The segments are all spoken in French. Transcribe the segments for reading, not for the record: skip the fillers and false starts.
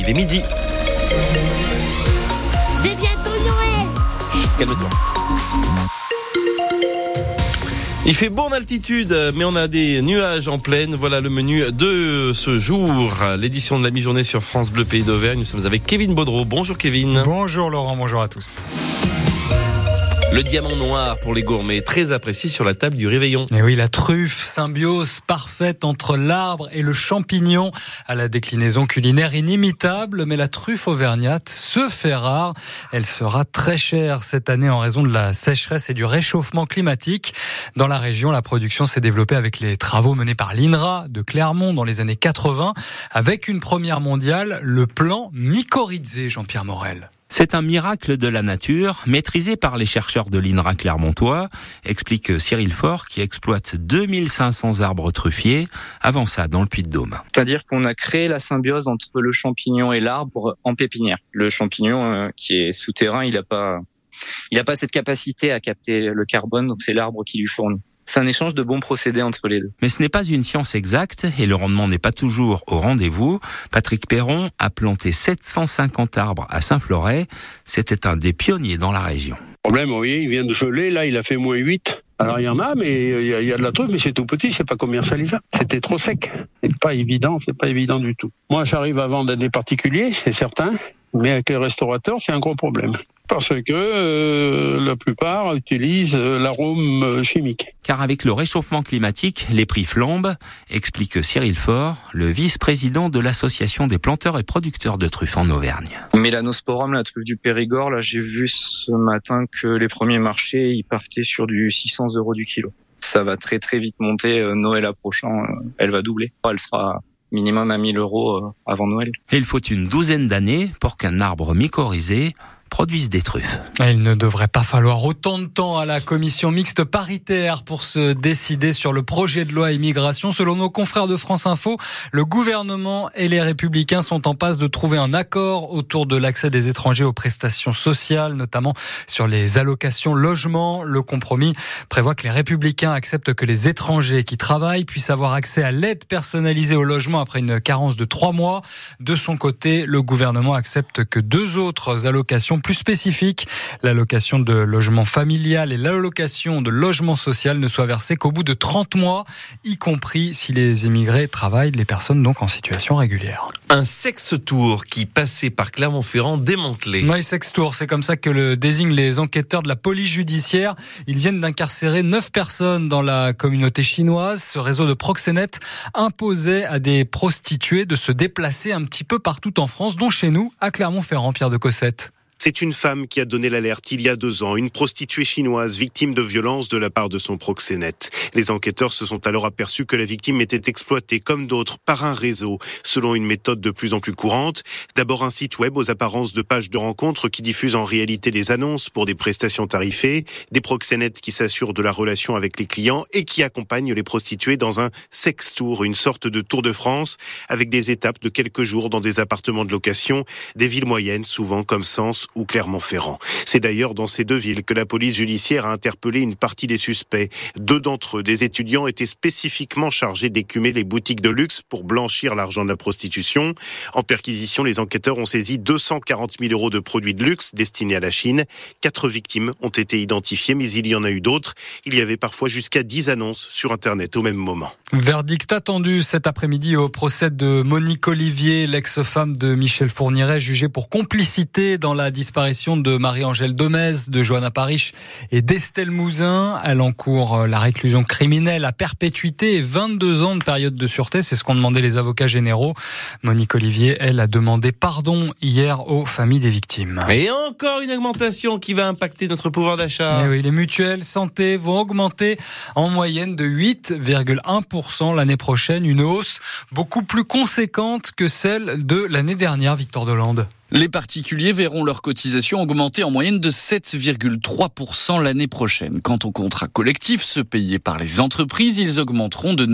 Il est midi. C'est bientôt Noël. Calme-toi. Il fait beau en altitude, mais on a des nuages en plaine. Voilà le menu de ce jour. L'édition de la mi-journée sur France Bleu Pays d'Auvergne. Nous sommes avec Kevin Baudreau. Bonjour Kevin. Bonjour Laurent, bonjour à tous. Le diamant noir pour les gourmets, très apprécié sur la table du réveillon. Et oui, la truffe, symbiose parfaite entre l'arbre et le champignon, à la déclinaison culinaire inimitable. Mais la truffe auvergnate se fait rare. Elle sera très chère cette année en raison de la sécheresse et du réchauffement climatique. Dans la région, la production s'est développée avec les travaux menés par l'INRA de Clermont dans les années 80, avec une première mondiale, le plan Mycorrhizae, Jean-Pierre Morel. C'est un miracle de la nature, maîtrisé par les chercheurs de l'INRA clermontois, explique Cyril Faure, qui exploite 2500 arbres truffiers, avant ça dans le Puy-de-Dôme. C'est-à-dire qu'on a créé la symbiose entre le champignon et l'arbre en pépinière. Le champignon qui est souterrain, il a pas cette capacité à capter le carbone, donc c'est l'arbre qui lui fournit. C'est un échange de bons procédés entre les deux. Mais ce n'est pas une science exacte et le rendement n'est pas toujours au rendez-vous. Patrick Perron a planté 750 arbres à Saint-Floret. C'était un des pionniers dans la région. Le problème, vous voyez, il vient de geler, là il a fait -8. Alors il y en a, mais il y a de la truffe, mais c'est tout petit, c'est pas commercialisable. C'était trop sec. C'est pas évident du tout. Moi, j'arrive à vendre à des particuliers, c'est certain, mais avec les restaurateurs, c'est un gros problème. Parce que la plupart utilisent l'arôme chimique. Car avec le réchauffement climatique, les prix flambent, explique Cyril Faure, le vice-président de l'association des planteurs et producteurs de truffes en Auvergne. Mélanosporum, la truffe du Périgord, là j'ai vu ce matin que les premiers marchés, ils partaient sur du 600 € du kilo. Ça va très très vite monter. Noël approchant, elle va doubler. Elle sera minimum à 1000 € avant Noël. Et il faut une douzaine d'années pour qu'un arbre mycorrhizé produisent des truffes. Il ne devrait pas falloir autant de temps à la commission mixte paritaire pour se décider sur le projet de loi immigration. Selon nos confrères de France Info, le gouvernement et les Républicains sont en passe de trouver un accord autour de l'accès des étrangers aux prestations sociales, notamment sur les allocations logement. Le compromis prévoit que les Républicains acceptent que les étrangers qui travaillent puissent avoir accès à l'aide personnalisée au logement après une carence de 3 mois. De son côté, le gouvernement accepte que 2 autres allocations plus spécifiques, l'allocation de logement familial et l'allocation de logement social, ne soient versées qu'au bout de 30 mois, y compris si les immigrés travaillent, les personnes donc en situation régulière. Un sexe-tour qui passait par Clermont-Ferrand démantelé. Oui, sexe-tour, c'est comme ça que le désignent les enquêteurs de la police judiciaire. Ils viennent d'incarcérer 9 personnes dans la communauté chinoise. Ce réseau de proxénètes imposait à des prostituées de se déplacer un petit peu partout en France, dont chez nous, à Clermont-Ferrand, Pierre de Cossette. C'est une femme qui a donné l'alerte il y a 2 ans, une prostituée chinoise victime de violences de la part de son proxénète. Les enquêteurs se sont alors aperçus que la victime était exploitée comme d'autres par un réseau, selon une méthode de plus en plus courante. D'abord un site web aux apparences de pages de rencontres qui diffusent en réalité des annonces pour des prestations tarifées, des proxénètes qui s'assurent de la relation avec les clients et qui accompagnent les prostituées dans un sex tour, une sorte de Tour de France avec des étapes de quelques jours dans des appartements de location, des villes moyennes, souvent comme Sens ou Clermont-Ferrand. C'est d'ailleurs dans ces 2 villes que la police judiciaire a interpellé une partie des suspects. 2 d'entre eux, des étudiants, étaient spécifiquement chargés d'écumer les boutiques de luxe pour blanchir l'argent de la prostitution. En perquisition, les enquêteurs ont saisi 240 000 € de produits de luxe destinés à la Chine. 4 victimes ont été identifiées, mais il y en a eu d'autres. Il y avait parfois jusqu'à 10 annonces sur Internet au même moment. Verdict attendu cet après-midi au procès de Monique Olivier, l'ex-femme de Michel Fourniret, jugée pour complicité dans la disparition de Marie-Angèle Domez, de Johanna Parish et d'Estelle Mouzin. Elle encourt la réclusion criminelle à perpétuité et 22 ans de période de sûreté. C'est ce qu'ont demandé les avocats généraux. Monique Olivier, elle, a demandé pardon hier aux familles des victimes. Et encore une augmentation qui va impacter notre pouvoir d'achat. Et oui, les mutuelles santé vont augmenter en moyenne de 8,1% l'année prochaine. Une hausse beaucoup plus conséquente que celle de l'année dernière, Victor Delande. Les particuliers verront leur cotisation augmenter en moyenne de 7,3% l'année prochaine. Quant aux contrats collectifs, ceux payés par les entreprises, ils augmenteront de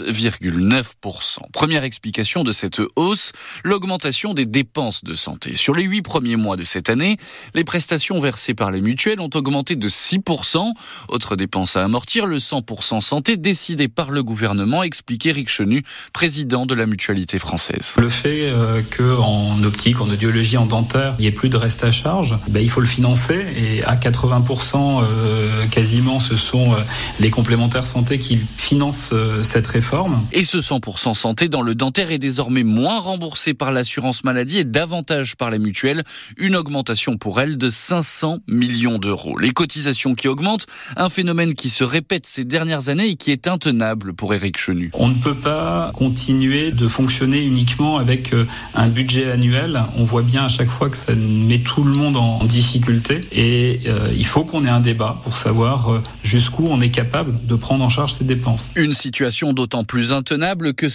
9,9%. Première explication de cette hausse, l'augmentation des dépenses de santé. Sur les 8 premiers mois de cette année, les prestations versées par les mutuelles ont augmenté de 6%. Autre dépense à amortir, le 100% santé décidé par le gouvernement, explique Éric Chenu, président de la Mutualité française. Le fait qu'en optique, en audiologie, en dentaire, il n'y ait plus de reste à charge, il faut le financer et à 80% quasiment ce sont les complémentaires santé qui financent cette réforme. Et ce 100% santé dans le dentaire est désormais moins remboursé par l'assurance maladie et davantage par les mutuelles, une augmentation pour elles de 500 millions d'euros. Les cotisations qui augmentent, un phénomène qui se répète ces dernières années et qui est intenable pour Éric Chenu. On ne peut pas continuer de fonctionner uniquement avec un budget annuel. On voit bien à chaque fois que ça met tout le monde en difficulté et il faut qu'on ait un débat pour savoir jusqu'où on est capable de prendre en charge ces dépenses. Une situation d'autant plus intenable que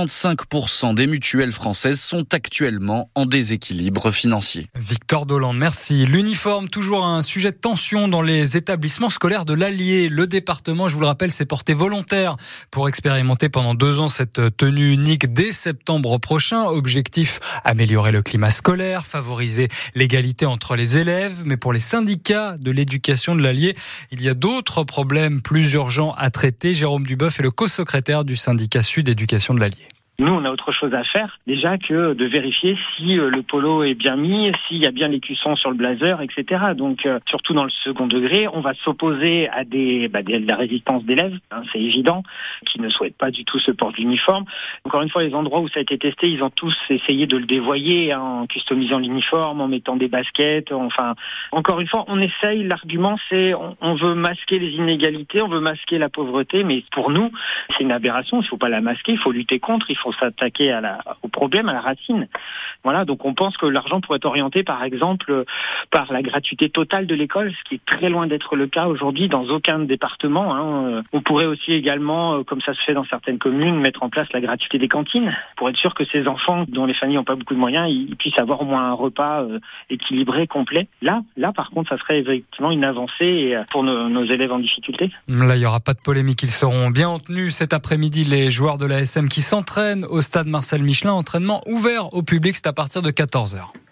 55% des mutuelles françaises sont actuellement en déséquilibre financier. Victor Dolande, merci. L'uniforme, toujours un sujet de tension dans les établissements scolaires de l'Allier. Le département, je vous le rappelle, s'est porté volontaire pour expérimenter pendant 2 ans cette tenue unique dès septembre prochain. Objectif, améliorer le climat scolaire, favoriser l'égalité entre les élèves. Mais pour les syndicats de l'éducation de l'Allier, il y a d'autres problèmes plus urgents à traiter. Jérôme Duboeuf est le co-secrétaire du syndicat Sud Éducation de l'Allier. Nous, on a autre chose à faire, déjà, que de vérifier si le polo est bien mis, s'il y a bien l'écusson sur le blazer, etc. Donc, surtout dans le second degré, on va s'opposer à la résistance d'élèves, c'est évident, qui ne souhaitent pas du tout ce port d'uniforme. Encore une fois, les endroits où ça a été testé, ils ont tous essayé de le dévoyer, en customisant l'uniforme, en mettant des baskets, encore une fois, on essaye, l'argument c'est, on veut masquer les inégalités, on veut masquer la pauvreté, mais pour nous, c'est une aberration, il faut pas la masquer, il faut lutter contre, il faut s'attaquer au problème, à la racine. Voilà, donc on pense que l'argent pourrait être orienté, par exemple, par la gratuité totale de l'école, ce qui est très loin d'être le cas aujourd'hui dans aucun département. On pourrait aussi également, comme ça se fait dans certaines communes, mettre en place la gratuité des cantines, pour être sûr que ces enfants, dont les familles n'ont pas beaucoup de moyens, ils puissent avoir au moins un repas équilibré, complet. Là, par contre, ça serait effectivement une avancée pour nos élèves en difficulté. Là, il n'y aura pas de polémique, ils seront bien en tenue cet après-midi, les joueurs de l'ASM qui s'entraînent au stade Marcel Michelin, entraînement ouvert au public, c'est à partir de 14h.